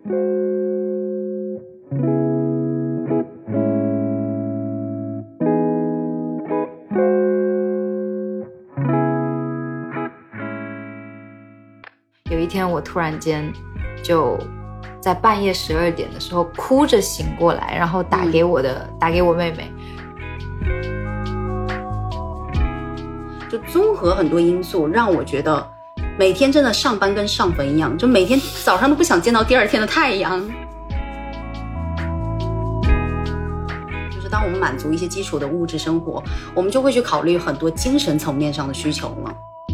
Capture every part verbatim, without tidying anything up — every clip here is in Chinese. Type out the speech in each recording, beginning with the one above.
有一天我突然间就在半夜十二点的时候哭着醒过来，然后打给我的、嗯、打给我妹妹。 就综合很多因素让我觉得每天真的上班跟上坟一样，就每天早上都不想见到第二天的太阳。就是当我们满足一些基础的物质生活，我们就会去考虑很多精神层面上的需求了。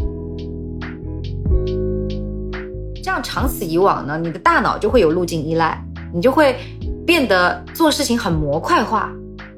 这样长此以往呢，你的大脑就会有路径依赖，你就会变得做事情很模块化。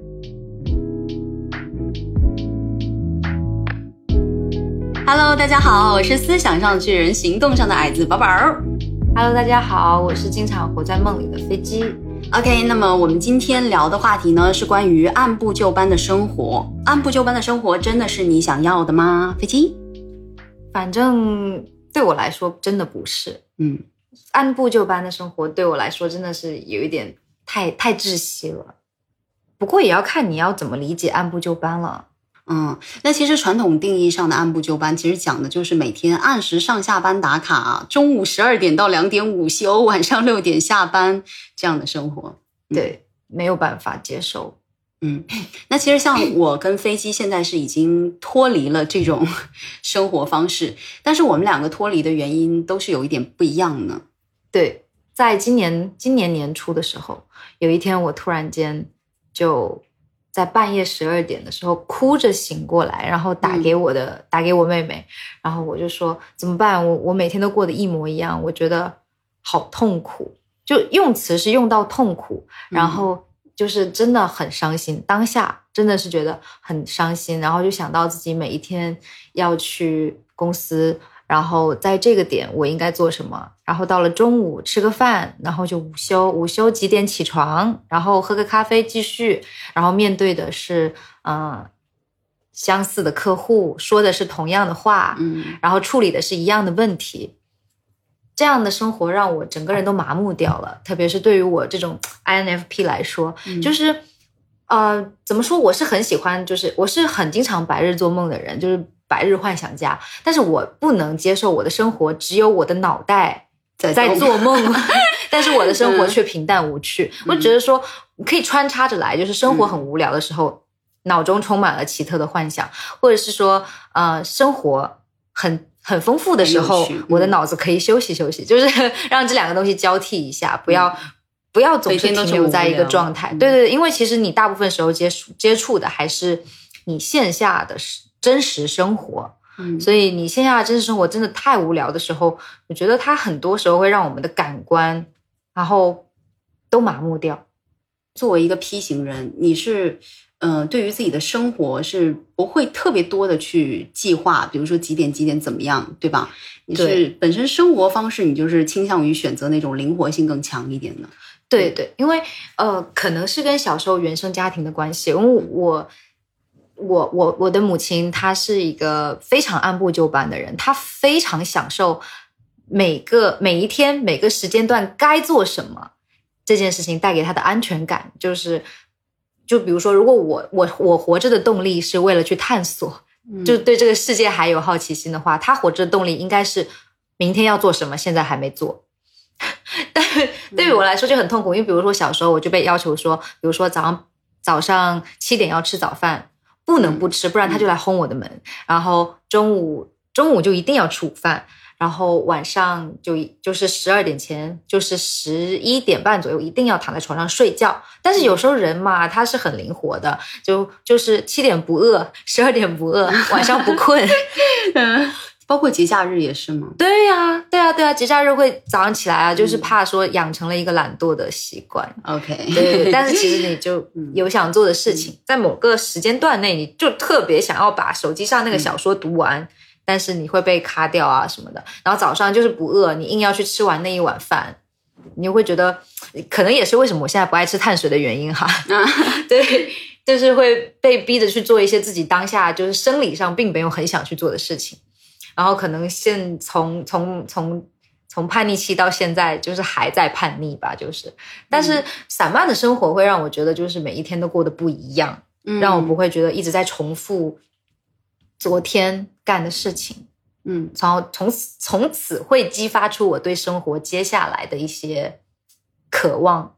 Hello， 大家好，我是思想上的巨人，行动上的矮子宝宝。 Hello， 大家好，我是经常活在梦里的飞机。 OK， 那么我们今天聊的话题呢，是关于按部就班的生活。按部就班的生活真的是你想要的吗？飞机？ 反正对我来说真的不是。 嗯， 按部就班的生活对我来说真的是有一点太太窒息了。不过也要看你要怎么理解按部就班了。 嗯，那其实传统定义上的按部就班，其实讲的就是每天按时上下班打卡，中午十二点到两点午休，晚上六点下班这样的生活。 嗯、对，没有办法接受。 嗯，那其实像我跟飞机现在是已经脱离了这种生活方式，但是我们两个脱离的原因都是有一点不一样的。 对，在今年今年年初的时候，有一天我突然间就在半夜十二点的时候哭着醒过来，然后打给我的、嗯、打给我妹妹，然后我就说怎么办，我我每天都过得一模一样，我觉得好痛苦，就用词是用到痛苦，然后就是真的很伤心，当下真的是觉得很伤心，然后就想到自己每一天要去公司，然后在这个点我应该做什么，然后到了中午吃个饭，然后就午休，午休几点起床，然后喝个咖啡继续，然后面对的是嗯相似的客户，说的是同样的话， 嗯， 然后处理的是一样的问题。这样的生活让我整个人都麻木掉了，特别是对于我这种 I N F P 来说， 嗯、 就是呃怎么说，我是很喜欢，就是我是很经常白日做梦的人，就是白日幻想家，但是我不能接受我的生活只有我的脑袋在做梦但是我的生活却平淡无趣、嗯、我觉得说可以穿插着来，就是生活很无聊的时候、嗯、脑中充满了奇特的幻想，或者是说呃生活很很丰富的时候、嗯、我的脑子可以休息休息，就是让这两个东西交替一下，不要、嗯、不要总是停留在一个状态。对对对，因为其实你大部分时候接触接触的还是你线下的真实生活， 嗯， 所以你线下的真实生活真的太无聊的时候，我觉得它很多时候会让我们的感官然后都麻木掉。 作为一个 P 型人，你是嗯、呃，对于自己的生活是不会特别多的去计划，比如说几点几点怎么样，对吧？你是本身生活方式你就是倾向于选择那种灵活性更强一点的。 对对，因为呃，可能是跟小时候原生家庭的关系，因为我我我我的母亲她是一个非常按部就班的人，她非常享受每个每一天每个时间段该做什么这件事情带给她的安全感，就是就比如说如果我我我活着的动力是为了去探索、嗯、就对这个世界还有好奇心的话，她活着的动力应该是明天要做什么现在还没做但对于我来说就很痛苦，因为比如说小时候我就被要求说，比如说早上早上七点要吃早饭，不能不吃，不然他就来轰我的门、嗯、然后中午中午就一定要吃午饭，然后晚上就就是十二点前就是十一点半左右一定要躺在床上睡觉。但是有时候人嘛他是很灵活的，就就是七点不饿，十二点不饿，晚上不困嗯，包括节假日也是吗？ 对呀、啊，对啊，对啊，节假日会早上起来啊，就是怕说养成了一个懒惰的习惯。 OK， 对对，但是其实你就有想做的事情，嗯、在某个时间段内，你就特别想要把手机上那个小说读完，嗯、但是你会被卡掉啊什么的。然后早上就是不饿，你硬要去吃完那一碗饭，你会觉得，可能也是为什么我现在不爱吃碳水的原因哈。啊、对，就是会被逼着去做一些自己当下就是生理上并没有很想去做的事情。然后可能现从从从从叛逆期到现在就是还在叛逆吧，就是但是散漫的生活会让我觉得就是每一天都过得不一样，嗯，让我不会觉得一直在重复昨天干的事情，嗯，从从从此会激发出我对生活接下来的一些渴望。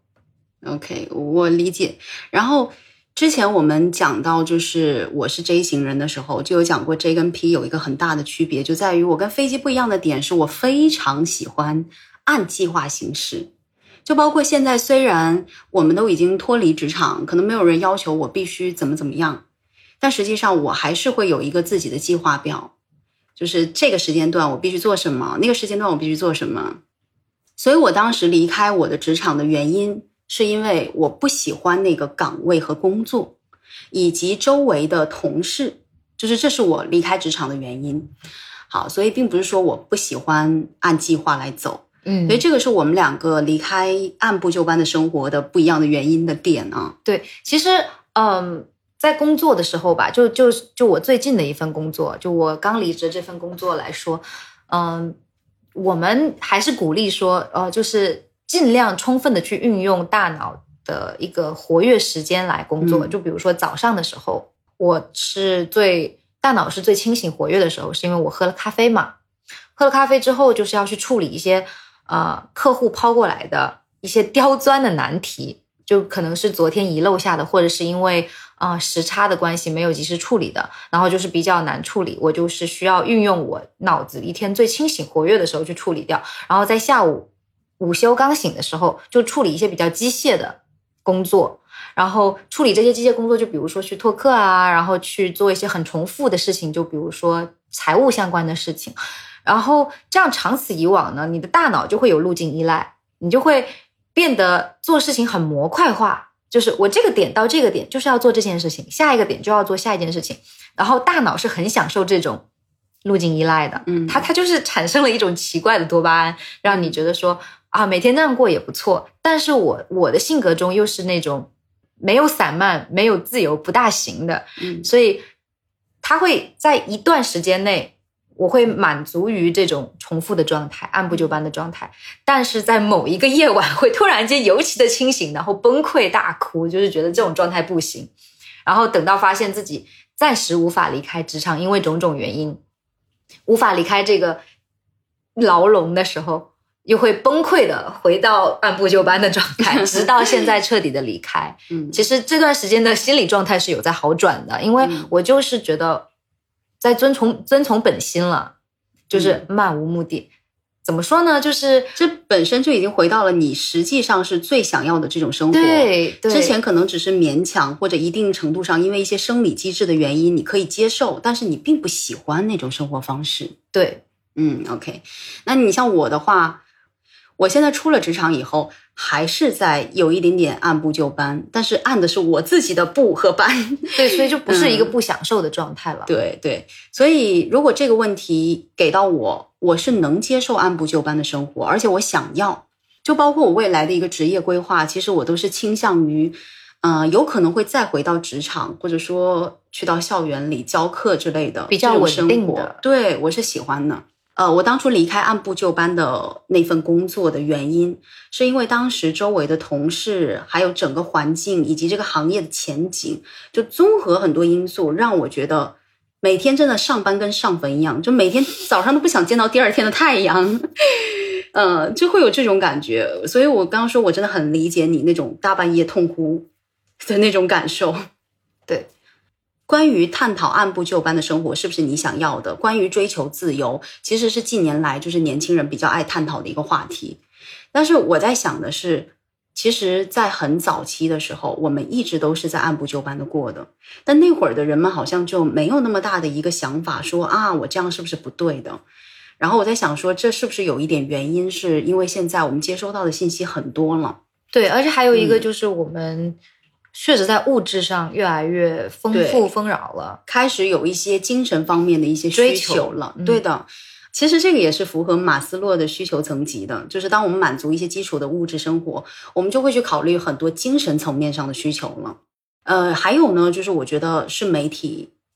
OK， 我理解。然后之前我们讲到就是我是 J 型人的时候，就有讲过 J 跟 P 有一个很大的区别，就在于我跟飞机不一样的点是我非常喜欢按计划行事。就包括现在虽然我们都已经脱离职场，可能没有人要求我必须怎么怎么样，但实际上我还是会有一个自己的计划表，就是这个时间段我必须做什么，那个时间段我必须做什么。所以我当时离开我的职场的原因是因为我不喜欢那个岗位和工作以及周围的同事，就是这是我离开职场的原因。好，所以并不是说我不喜欢按计划来走，嗯，所以这个是我们两个离开按部就班的生活的不一样的原因的点啊。 对，其实嗯，在工作的时候吧，就就就我最近的一份工作，就我刚离职这份工作来说，嗯，我们还是鼓励说呃，就是尽量充分的去运用大脑的一个活跃时间来工作，嗯，就比如说早上的时候，我是最大脑是最清醒活跃的时候，是因为我喝了咖啡嘛，喝了咖啡之后就是要去处理一些呃客户抛过来的一些刁钻的难题，就可能是昨天遗漏下的，或者是因为啊、呃、时差的关系没有及时处理的，然后就是比较难处理，我就是需要运用我脑子一天最清醒活跃的时候去处理掉，然后在下午午休刚醒的时候就处理一些比较机械的工作，然后处理这些机械工作就比如说去拓客啊，然后去做一些很重复的事情，就比如说财务相关的事情，然后这样长此以往呢，你的大脑就会有路径依赖，你就会变得做事情很模块化，就是我这个点到这个点就是要做这件事情，下一个点就要做下一件事情，然后大脑是很享受这种路径依赖的，嗯，它它就是产生了一种奇怪的多巴胺，让你觉得说啊，每天那样过也不错。但是我我的性格中又是那种没有散漫、没有自由、不大行的，嗯，所以它会在一段时间内，我会满足于这种重复的状态，按部就班的状态。但是在某一个夜晚，会突然间尤其的清醒，然后崩溃大哭，就是觉得这种状态不行。然后等到发现自己暂时无法离开职场，因为种种原因无法离开这个牢笼的时候，又会崩溃的回到按部就班的状态，直到现在彻底的离开。嗯，其实这段时间的心理状态是有在好转的，因为我就是觉得在遵从遵从本心了，就是漫无目的。怎么说呢？就是这本身就已经回到了你实际上是最想要的这种生活。 对，对， 之前可能只是勉强或者一定程度上因为一些生理机制的原因你可以接受，但是你并不喜欢那种生活方式。 对， 嗯 OK。 那你像我的话，我现在出了职场以后还是在有一点点按部就班，但是按的是我自己的部和班。 对，所以就不是一个不享受的状态了。 嗯、对对，所以如果这个问题给到我，我是能接受按部就班的生活，而且我想要，就包括我未来的一个职业规划，其实我都是倾向于呃，有可能会再回到职场，或者说去到校园里教课之类的， 比较稳定的。 对，我是喜欢的。呃，我当初离开按部就班的那份工作的原因，是因为当时周围的同事，还有整个环境以及这个行业的前景，就综合很多因素，让我觉得每天真的上班跟上坟一样，就每天早上都不想见到第二天的太阳，呃，就会有这种感觉。所以我刚刚说我真的很理解你那种大半夜痛哭的那种感受。 对。 关于探讨按部就班的生活是不是你想要的，关于追求自由，其实是近年来就是年轻人比较爱探讨的一个话题。但是我在想的是，其实在很早期的时候，我们一直都是在按部就班的过的，但那会儿的人们好像就没有那么大的一个想法说啊，我这样是不是不对的。然后我在想说，这是不是有一点原因，是因为现在我们接收到的信息很多了。 对，而且还有一个就是我们、嗯确实在物质上越来越丰富丰饶了， 开始有一些精神方面的一些需求了。 嗯、 对的，其实这个也是符合马斯洛的需求层级的，就是当我们满足一些基础的物质生活，我们就会去考虑很多精神层面上的需求了。呃，还有呢，就是我觉得是媒体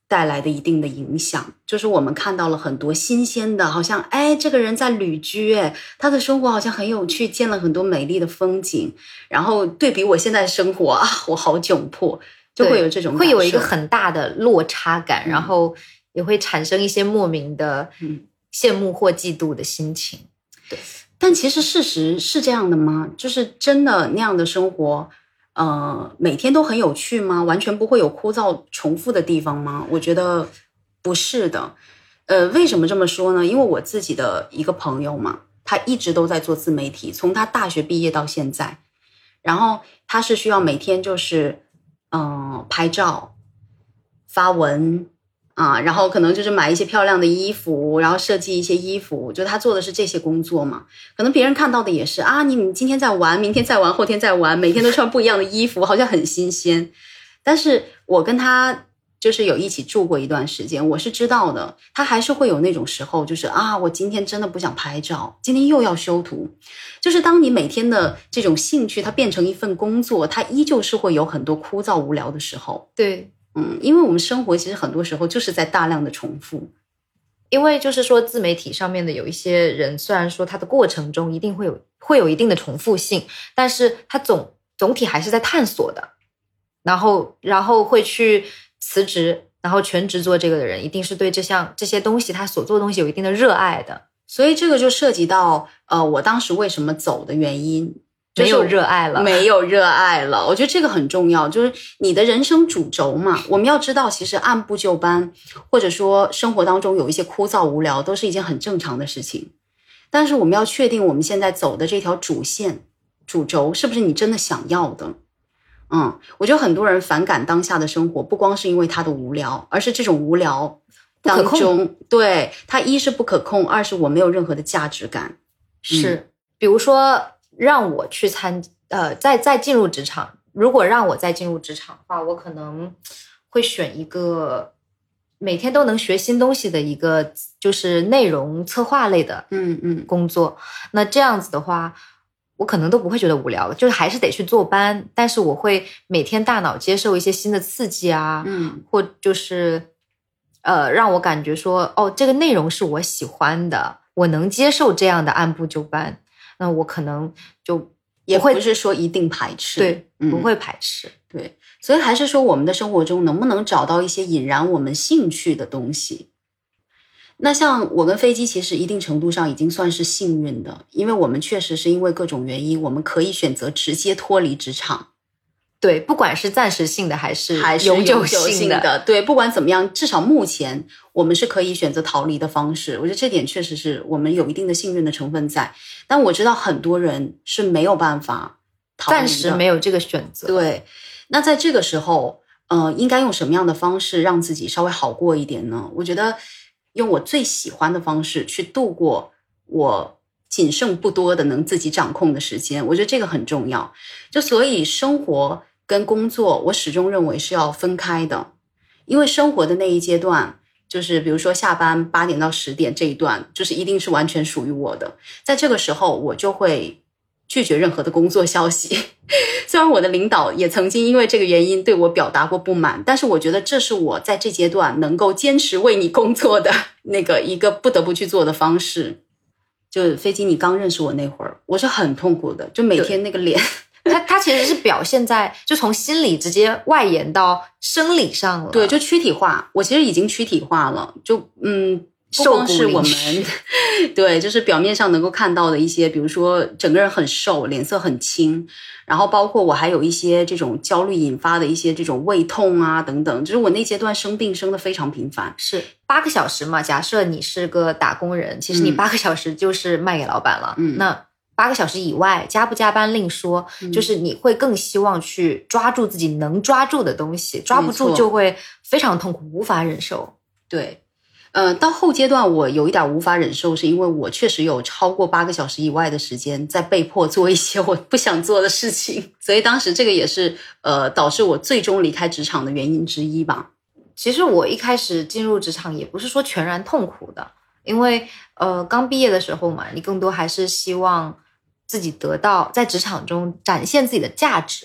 带来的一定的影响，就是我们看到了很多新鲜的，好像哎，这个人在旅居，哎，他的生活好像很有趣，见了很多美丽的风景，然后对比我现在的生活啊，我好窘迫，就会有这种感受， 会有一个很大的落差感，嗯、然后也会产生一些莫名的羡慕或嫉妒的心情。 对，但其实事实是这样的吗？就是真的那样的生活呃，每天都很有趣吗？完全不会有枯燥重复的地方吗？我觉得不是的。呃，为什么这么说呢？因为我自己的一个朋友嘛，他一直都在做自媒体，从他大学毕业到现在，然后他是需要每天就是嗯、呃、拍照发文啊，然后可能就是买一些漂亮的衣服，然后设计一些衣服，就他做的是这些工作嘛。可能别人看到的也是啊，你你今天在玩，明天在玩，后天在玩，每天都穿不一样的衣服，好像很新鲜。但是我跟他就是有一起住过一段时间，我是知道的，他还是会有那种时候，就是啊，我今天真的不想拍照，今天又要修图。就是当你每天的这种兴趣它变成一份工作，它依旧是会有很多枯燥无聊的时候。 对。 嗯，因为我们生活其实很多时候就是在大量的重复。 因为就是说自媒体上面的有一些人，虽然说他的过程中一定会有会有一定的重复性，但是他总总体还是在探索的，然后然后会去辞职，然后全职做这个的人，一定是对这项这些东西他所做的东西有一定的热爱的。 所以这个就涉及到呃，我当时为什么走的原因。 没有热爱了， 没有热爱了。我觉得这个很重要，就是你的人生主轴嘛。我们要知道，其实按部就班，或者说生活当中有一些枯燥无聊，都是一件很正常的事情。但是我们要确定，我们现在走的这条主线、主轴是不是你真的想要的？嗯，我觉得很多人反感当下的生活，不光是因为他的无聊，而是这种无聊当中，对他一是不可控，二是我没有任何的价值感。 是，嗯、比如说。让我去参呃再再进入职场，如果让我再进入职场的话，我可能会选一个每天都能学新东西的一个就是内容策划类的嗯嗯工作。那这样子的话，我可能都不会觉得无聊，就是还是得去坐班，但是我会每天大脑接受一些新的刺激啊， 嗯， 或就是呃让我感觉说哦，这个内容是我喜欢的，我能接受这样的按部就班。那我可能就也不是说一定排斥， 对、 嗯， 不会排斥， 对，所以还是说我们的生活中能不能找到一些引燃我们兴趣的东西？那像我跟飞机其实一定程度上已经算是幸运的，因为我们确实是因为各种原因，我们可以选择直接脱离职场。 对，不管是暂时性的还是永久性的， 的对，不管怎么样，至少目前我们是可以选择逃离的方式。我觉得这点确实是我们有一定的幸运的成分在，但我知道很多人是没有办法逃离的， 暂时没有这个选择。 对，那在这个时候，呃，应该用什么样的方式让自己稍微好过一点呢？我觉得用我最喜欢的方式去度过我仅剩不多的能自己掌控的时间，我觉得这个很重要。就所以生活跟工作我始终认为是要分开的，因为生活的那一阶段，就是比如说下班八点到十点这一段，就是一定是完全属于我的。在这个时候我就会拒绝任何的工作消息。虽然我的领导也曾经因为这个原因对我表达过不满，但是我觉得这是我在这阶段能够坚持为你工作的那个一个不得不去做的方式。就飞机你刚认识我那会儿，我是很痛苦的，就每天那个脸它它其实是表现在就从心理直接外延到生理上了。 对，就躯体化，我其实已经躯体化了，就嗯不光是我们对，就是表面上能够看到的一些，比如说整个人很瘦，脸色很青，然后包括我还有一些这种焦虑引发的一些这种胃痛啊等等，就是我那阶段生病生得非常频繁。 是八个小时嘛，假设你是个打工人，其实你八个小时就是卖给老板了， 嗯， 那八个小时以外加不加班另说， 嗯， 就是你会更希望去抓住自己能抓住的东西，抓不住就会非常痛苦，无法忍受。 对，呃，到后阶段我有一点无法忍受，是因为我确实有超过八个小时以外的时间在被迫做一些我不想做的事情，所以当时这个也是呃导致我最终离开职场的原因之一吧。 其实我一开始进入职场也不是说全然痛苦的，因为呃刚毕业的时候嘛，你更多还是希望自己得到在职场中展现自己的价值。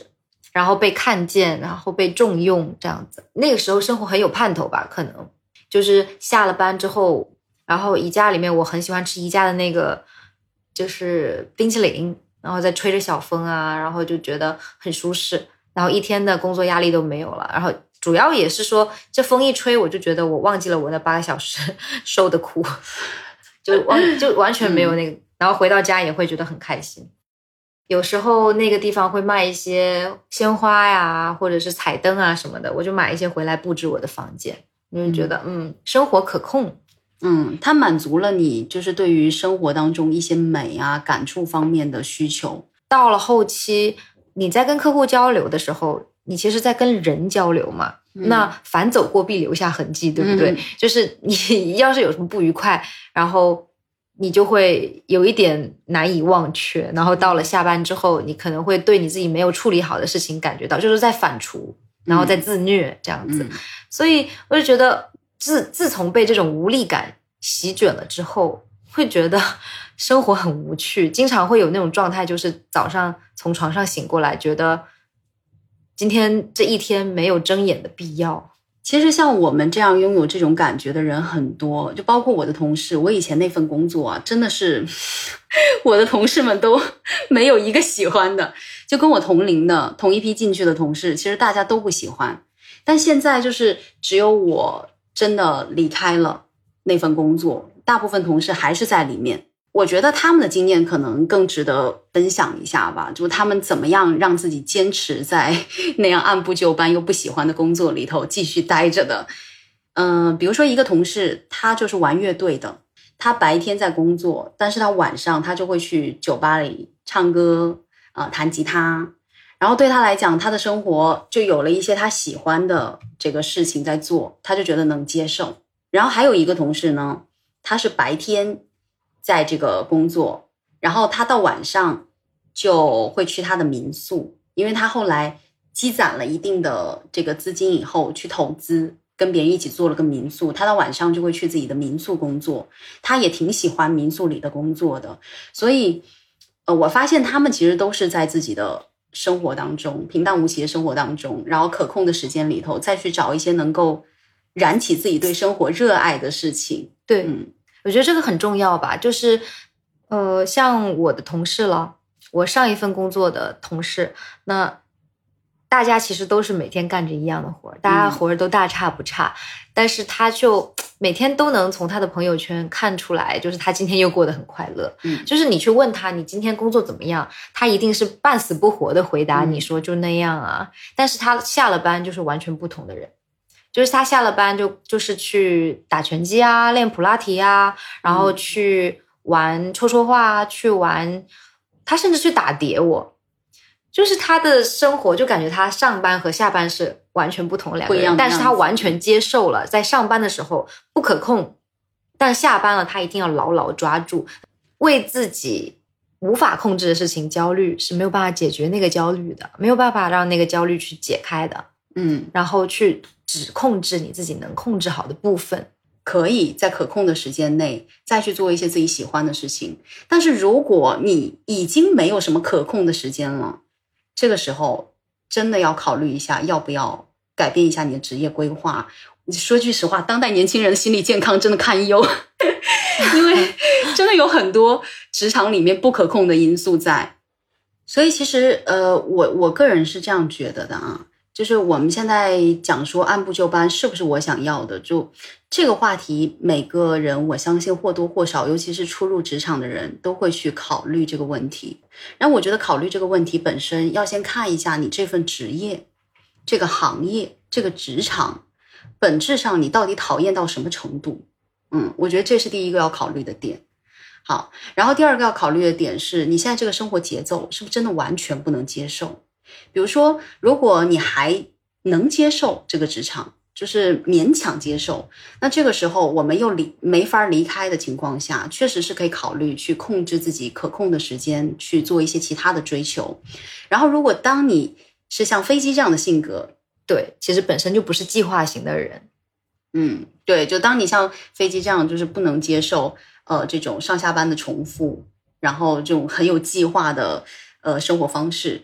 然后被看见，然后被重用这样子。那个时候生活很有盼头吧，可能就是下了班之后，然后宜家里面我很喜欢吃宜家的那个就是冰淇淋，然后再吹着小风啊，然后就觉得很舒适，然后一天的工作压力都没有了。然后主要也是说这风一吹，我就觉得我忘记了我那八个小时受的苦，就完就完全没有那个、嗯、然后回到家也会觉得很开心。有时候那个地方会卖一些鲜花呀，或者是彩灯啊什么的，我就买一些回来布置我的房间，我就觉得嗯，生活可控。 嗯，它满足了你就是对于生活当中一些美啊感触方面的需求。 到了后期你在跟客户交流的时候，你其实在跟人交流嘛、嗯、那凡走过必留下痕迹，对不对、嗯、就是你要是有什么不愉快，然后你就会有一点难以忘却，然后到了下班之后，你可能会对你自己没有处理好的事情感觉到就是在反刍，然后在自虐这样子、嗯、所以我就觉得自自从被这种无力感席卷了之后，会觉得生活很无趣，经常会有那种状态，就是早上从床上醒过来，觉得今天这一天没有睁眼的必要。 其实像我们这样拥有这种感觉的人很多，就包括我的同事。我以前那份工作啊，真的是我的同事们都没有一个喜欢的，就跟我同龄的同一批进去的同事，其实大家都不喜欢。但现在就是只有我真的离开了那份工作，大部分同事还是在里面。我觉得他们的经验可能更值得分享一下吧，就他们怎么样让自己坚持在那样按部就班又不喜欢的工作里头继续待着的。嗯、呃，比如说一个同事，他就是玩乐队的，他白天在工作，但是他晚上他就会去酒吧里唱歌啊、呃，弹吉他，然后对他来讲，他的生活就有了一些他喜欢的这个事情在做，他就觉得能接受。然后还有一个同事呢，他是白天在这个工作，然后他到晚上就会去他的民宿，因为他后来积攒了一定的这个资金以后去投资，跟别人一起做了个民宿，他到晚上就会去自己的民宿工作，他也挺喜欢民宿里的工作的。所以呃，我发现他们其实都是在自己的生活当中，平淡无奇的生活当中，然后可控的时间里头再去找一些能够燃起自己对生活热爱的事情。 对，嗯，我觉得这个很重要吧，就是呃，像我的同事了，我上一份工作的同事，那大家其实都是每天干着一样的活，大家活都大差不差、嗯、但是他就每天都能从他的朋友圈看出来，就是他今天又过得很快乐。嗯，就是你去问他你今天工作怎么样，他一定是半死不活的回答你说就那样啊、嗯、但是他下了班就是完全不同的人，就是他下了班就就是去打拳击啊，练普拉提啊，然后去玩戳戳画，去玩，他甚至去打碟。我就是他的生活就感觉他上班和下班是完全不同两个人，但是他完全接受了在上班的时候不可控，但下班了他一定要牢牢抓住。为自己无法控制的事情焦虑是没有办法解决那个焦虑的，没有办法让那个焦虑去解开的。嗯，然后去只控制你自己能控制好的部分， 可以在可控的时间内再去做一些自己喜欢的事情。但是如果你已经没有什么可控的时间了，这个时候真的要考虑一下要不要改变一下你的职业规划。说句实话，当代年轻人的心理健康真的堪忧因为真的有很多职场里面不可控的因素在。所以其实呃，我我个人是这样觉得的啊，就是我们现在讲说按部就班是不是我想要的，就这个话题每个人我相信或多或少，尤其是初入职场的人都会去考虑这个问题。然后我觉得考虑这个问题本身要先看一下你这份职业，这个行业，这个职场本质上你到底讨厌到什么程度。嗯，我觉得这是第一个要考虑的点。好，然后第二个要考虑的点是你现在这个生活节奏是不是真的完全不能接受。比如说如果你还能接受这个职场，就是勉强接受，那这个时候我们又离没法离开的情况下，确实是可以考虑去控制自己可控的时间，去做一些其他的追求。然后如果当你是像飞机这样的性格， 对，其实本身就不是计划型的人， 嗯，对，就当你像飞机这样就是不能接受呃这种上下班的重复，然后这种很有计划的呃生活方式，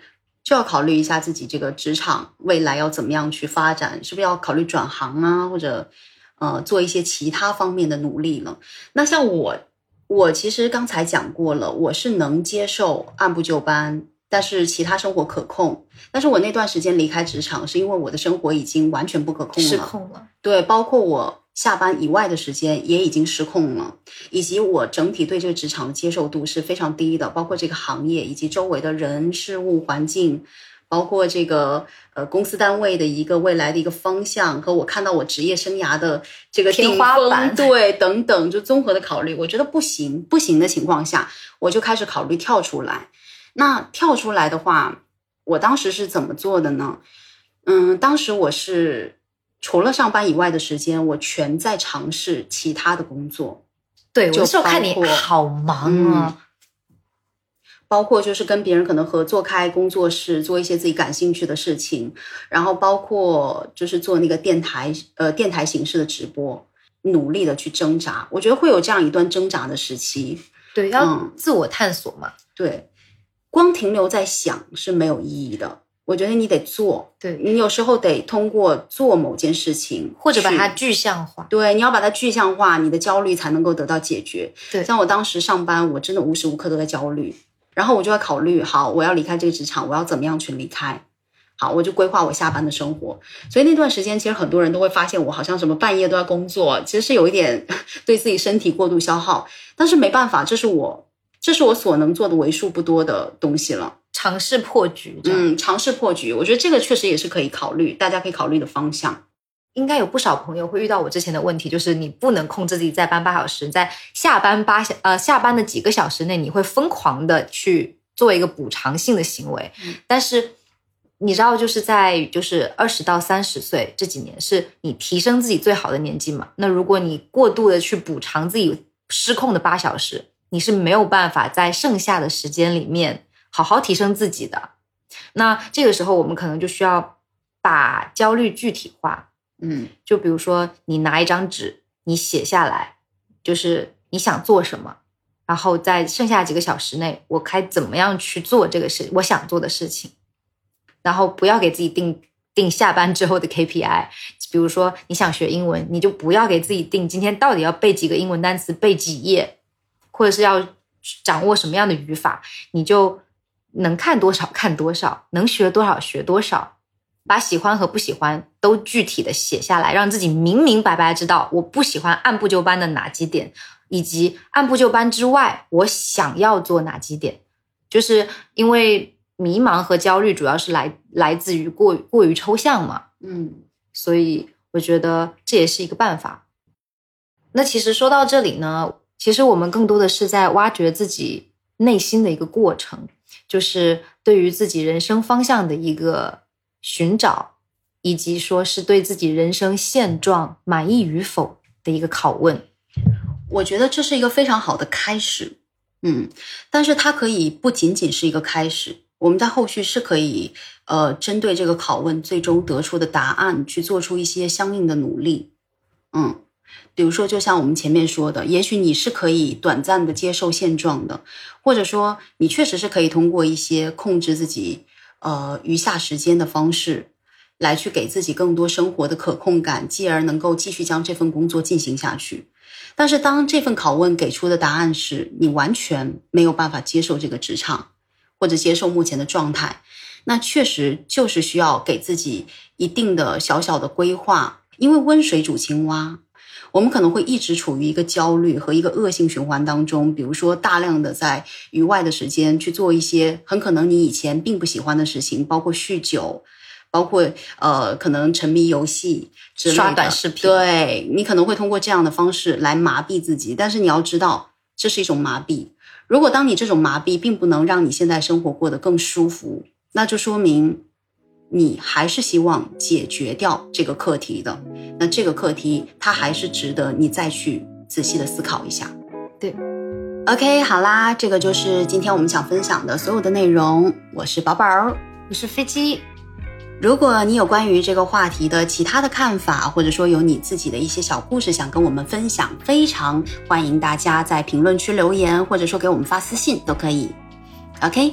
就要考虑一下自己这个职场未来要怎么样去发展，是不是要考虑转行啊，或者呃做一些其他方面的努力了。那像我我其实刚才讲过了，我是能接受按部就班，但是其他生活可控。但是我那段时间离开职场是因为我的生活已经完全不可控了， 失控了。 对，包括我下班以外的时间也已经失控了，以及我整体对这个职场的接受度是非常低的，包括这个行业以及周围的人事物环境，包括这个呃公司单位的一个未来的一个方向，和我看到我职业生涯的这个顶天花峰， 板， 对，等等，就综合的考虑，我觉得不行，不行的情况下，我就开始考虑跳出来。那跳出来的话，我当时是怎么做的呢？嗯，当时我是除了上班以外的时间，我全在尝试其他的工作。 对，我那时候看你好忙啊。 嗯包括就是跟别人可能合作开工作室，做一些自己感兴趣的事情，然后包括就是做那个电台呃电台形式的直播，努力的去挣扎。我觉得会有这样一段挣扎的时期。 对，要自我探索嘛。 嗯、对，光停留在想是没有意义的。我觉得你得做， 对， 你有时候得通过做某件事情， 或者把它具象化。 对，你要把它具象化，你的焦虑才能够得到解决。 对， 像我当时上班，我真的无时无刻都在焦虑。然后我就要考虑，好，我要离开这个职场，我要怎么样去离开？好，我就规划我下班的生活。所以那段时间，其实很多人都会发现我好像什么半夜都在工作，其实是有一点对自己身体过度消耗。但是没办法，这是我，这是我所能做的为数不多的东西了。 尝试破局， 嗯，尝试破局，我觉得这个确实也是可以考虑，大家可以考虑的方向。 应该有不少朋友会遇到我之前的问题，就是你不能控制自己在班八小时，在下班八小呃下班的几个小时内，你会疯狂的去做一个补偿性的行为。嗯、但是你知道，就是在就是二十到三十岁这几年，是你提升自己最好的年纪嘛？那如果你过度的去补偿自己失控的八小时，你是没有办法在剩下的时间里面好好提升自己的。那这个时候，我们可能就需要把焦虑具体化。 嗯， 就比如说你拿一张纸，你写下来，就是你想做什么，然后在剩下几个小时内，我该怎么样去做这个事，我想做的事情。然后不要给自己定定下班之后的 K P I， 比如说你想学英文，你就不要给自己定今天到底要背几个英文单词，背几页，或者是要掌握什么样的语法，你就能看多少看多少，能学多少学多少。把喜欢和不喜欢都具体的写下来，让自己明明白白知道我不喜欢按部就班的哪几点，以及按部就班之外我想要做哪几点。就是因为迷茫和焦虑主要是来来自于过过于抽象嘛， 嗯， 所以我觉得这也是一个办法。那其实说到这里呢，其实我们更多的是在挖掘自己内心的一个过程，就是对于自己人生方向的一个寻找，以及说是对自己人生现状满意与否的一个拷问。 我觉得这是一个非常好的开始，嗯，但是它可以不仅仅是一个开始，我们在后续是可以呃针对这个拷问最终得出的答案去做出一些相应的努力。嗯，比如说就像我们前面说的，也许你是可以短暂的接受现状的，或者说你确实是可以通过一些控制自己呃余下时间的方式来去给自己更多生活的可控感，继而能够继续将这份工作进行下去。但是当这份拷问给出的答案是你完全没有办法接受这个职场，或者接受目前的状态，那确实就是需要给自己一定的小小的规划。因为温水煮青蛙，我们可能会一直处于一个焦虑和一个恶性循环当中，比如说大量的在余外的时间去做一些很可能你以前并不喜欢的事情，包括酗酒，包括呃可能沉迷游戏之类的， 刷短视频， 对，你可能会通过这样的方式来麻痹自己，但是你要知道这是一种麻痹。如果当你这种麻痹并不能让你现在生活过得更舒服，那就说明你还是希望解决掉这个课题的，那这个课题它还是值得你再去仔细的思考一下。 对 OK， 好啦，这个就是今天我们想分享的所有的内容。我是宝宝， 我是飞机。 如果你有关于这个话题的其他的看法，或者说有你自己的一些小故事想跟我们分享，非常欢迎大家在评论区留言，或者说给我们发私信都可以。OK，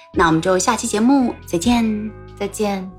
那我们就下期节目再见， 再见。